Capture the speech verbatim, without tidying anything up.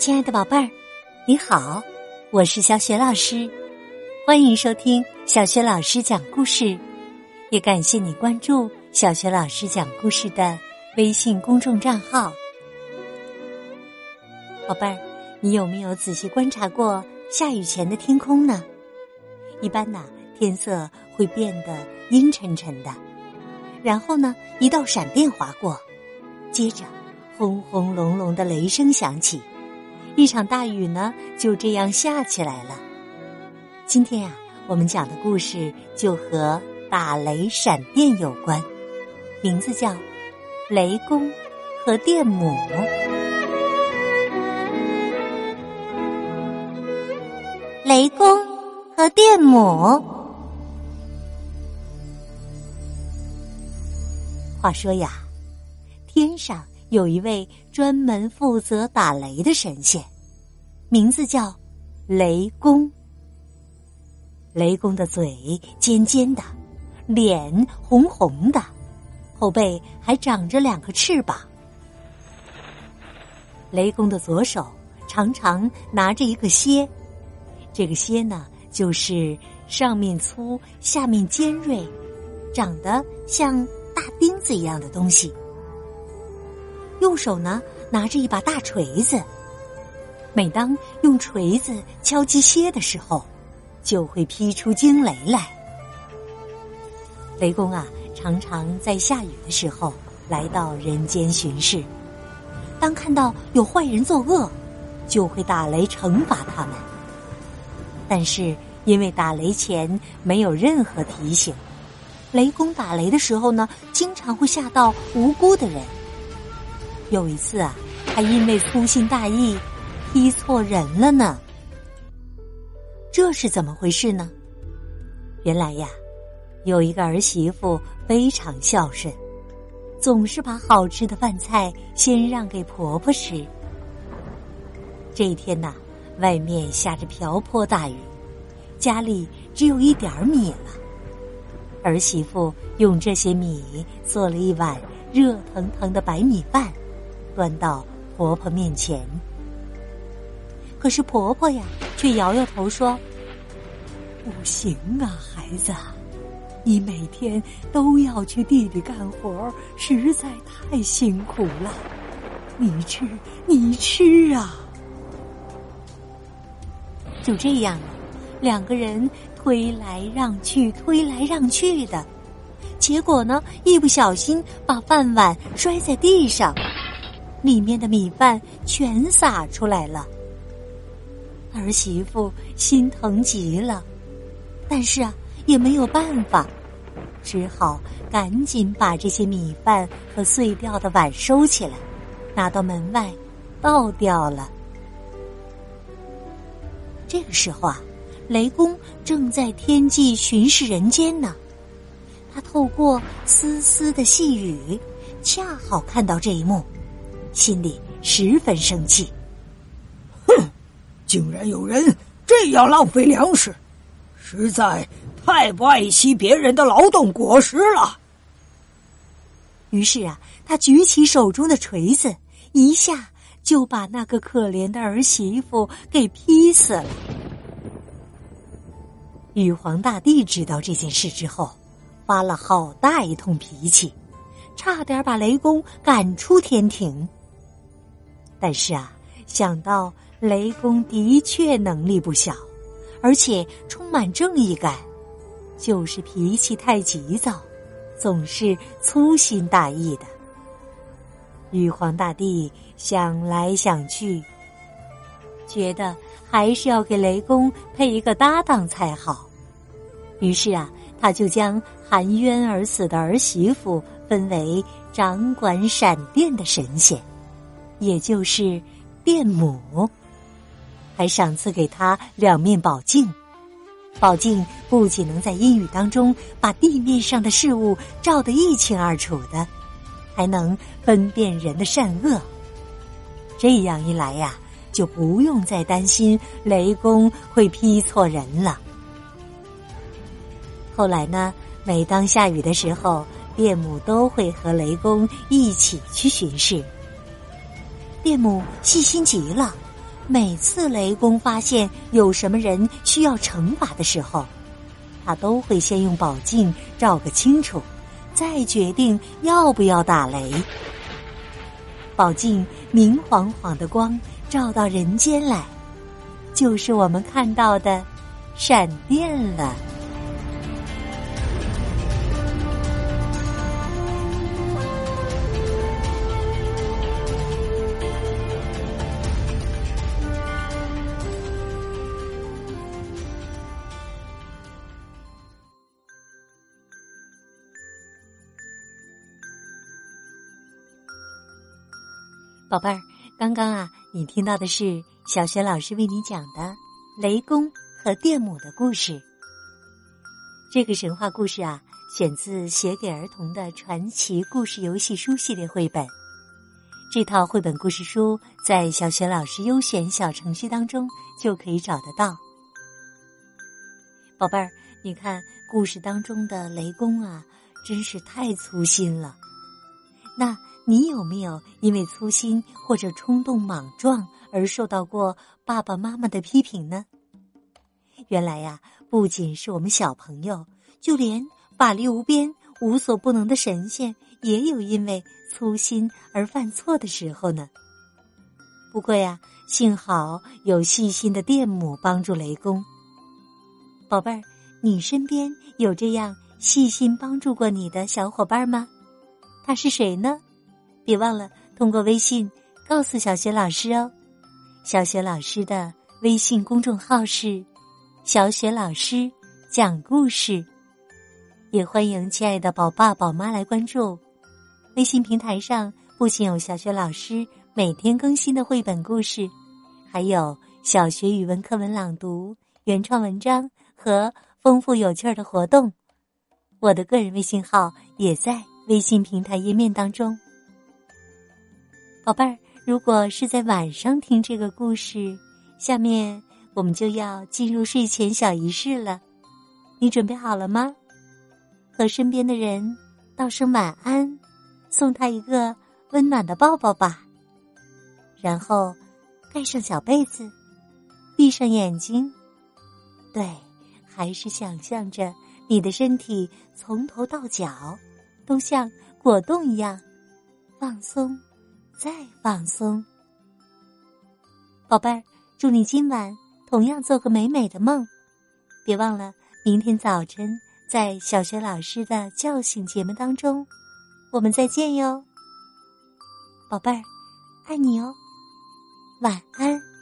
亲爱的宝贝儿，你好，我是小雪老师，欢迎收听小雪老师讲故事，也感谢你关注小雪老师讲故事的微信公众账号。宝贝儿，你有没有仔细观察过下雨前的天空呢？一般呢，天色会变得阴沉沉的，然后呢，一道闪电划过，接着轰轰隆隆的雷声响起，一场大雨呢就这样下起来了。今天呀、啊，我们讲的故事就和打雷闪电有关，名字叫雷公和电母。雷公和电母。话说呀，天上有一位专门负责打雷的神仙，名字叫雷公。雷公的嘴尖尖的，脸红红的，后背还长着两个翅膀。雷公的左手常常拿着一个楔，这个楔呢，就是上面粗下面尖锐，长得像大钉子一样的东西。右手呢，拿着一把大锤子，每当用锤子敲击楔的时候，就会劈出惊雷来。雷公啊，常常在下雨的时候来到人间巡视，当看到有坏人作恶，就会打雷惩罚他们。但是因为打雷前没有任何提醒，雷公打雷的时候呢，经常会吓到无辜的人。有一次啊，还因为粗心大意劈错人了呢。这是怎么回事呢？原来呀，有一个儿媳妇非常孝顺，总是把好吃的饭菜先让给婆婆吃。这一天呐，外面下着瓢泼大雨，家里只有一点米了。儿媳妇用这些米做了一碗热腾腾的白米饭，端到婆婆面前。可是婆婆呀，却摇摇头说：不行啊，孩子，你每天都要去地里干活，实在太辛苦了，你吃你吃啊。就这样，两个人推来让去推来让去的，结果呢，一不小心把饭碗摔在地上，里面的米饭全洒出来了。儿媳妇心疼极了，但是啊，也没有办法，只好赶紧把这些米饭和碎掉的碗收起来，拿到门外倒掉了。这个时候啊，雷公正在天际巡视人间呢。他透过丝丝的细雨，恰好看到这一幕，心里十分生气。 哼，竟然有人这样浪费粮食，实在太不爱惜别人的劳动果实了。 于是啊，他举起手中的锤子，一下就把那个可怜的儿媳妇给劈死了。玉皇大帝知道这件事之后，发了好大一通脾气，差点把雷公赶出天庭。但是啊，想到雷公的确能力不小，而且充满正义感，就是脾气太急躁，总是粗心大意的。玉皇大帝想来想去，觉得还是要给雷公配一个搭档才好。于是啊，他就将含冤而死的儿媳妇分为掌管闪电的神仙，也就是电母，还赏赐给他两面宝镜。宝镜不仅能在阴雨当中把地面上的事物照得一清二楚的，还能分辨人的善恶。这样一来呀，就不用再担心雷公会劈错人了。后来呢，每当下雨的时候，电母都会和雷公一起去巡视。电母细心极了， 每次雷公发现有什么人需要惩罚的时候，他都会先用宝镜照个清楚，再决定要不要打雷。宝镜明晃晃的光照到人间来，就是我们看到的闪电了。宝贝儿，刚刚啊，你听到的是小学老师为你讲的雷公和电母的故事。这个神话故事啊，选自写给儿童的传奇故事游戏书系列绘本。这套绘本故事书在小学老师优选小程序当中就可以找得到。宝贝儿，你看故事当中的雷公啊，真是太粗心了。那你有没有因为粗心或者冲动莽撞而受到过爸爸妈妈的批评呢？原来呀，不仅是我们小朋友，就连法力无边、无所不能的神仙也有因为粗心而犯错的时候呢。不过呀，幸好有细心的电母帮助雷公。宝贝儿，你身边有这样细心帮助过你的小伙伴吗？他是谁呢？别忘了通过微信告诉小学老师哦。小学老师的微信公众号是小雪老师讲故事，也欢迎亲爱的宝爸宝妈来关注。微信平台上不仅有小学老师每天更新的绘本故事，还有小学语文课文朗读、原创文章和丰富有趣的活动。我的个人微信号也在微信平台页面当中。宝贝儿，如果是在晚上听这个故事，下面我们就要进入睡前小仪式了。你准备好了吗？和身边的人道声晚安，送他一个温暖的抱抱吧。然后盖上小被子，闭上眼睛。对，还是想象着你的身体从头到脚都像果冻一样放松再放松。宝贝儿，祝你今晚同样做个美美的梦。别忘了明天早晨在小学老师的叫醒节目当中我们再见哟。宝贝儿，爱你哦，晚安。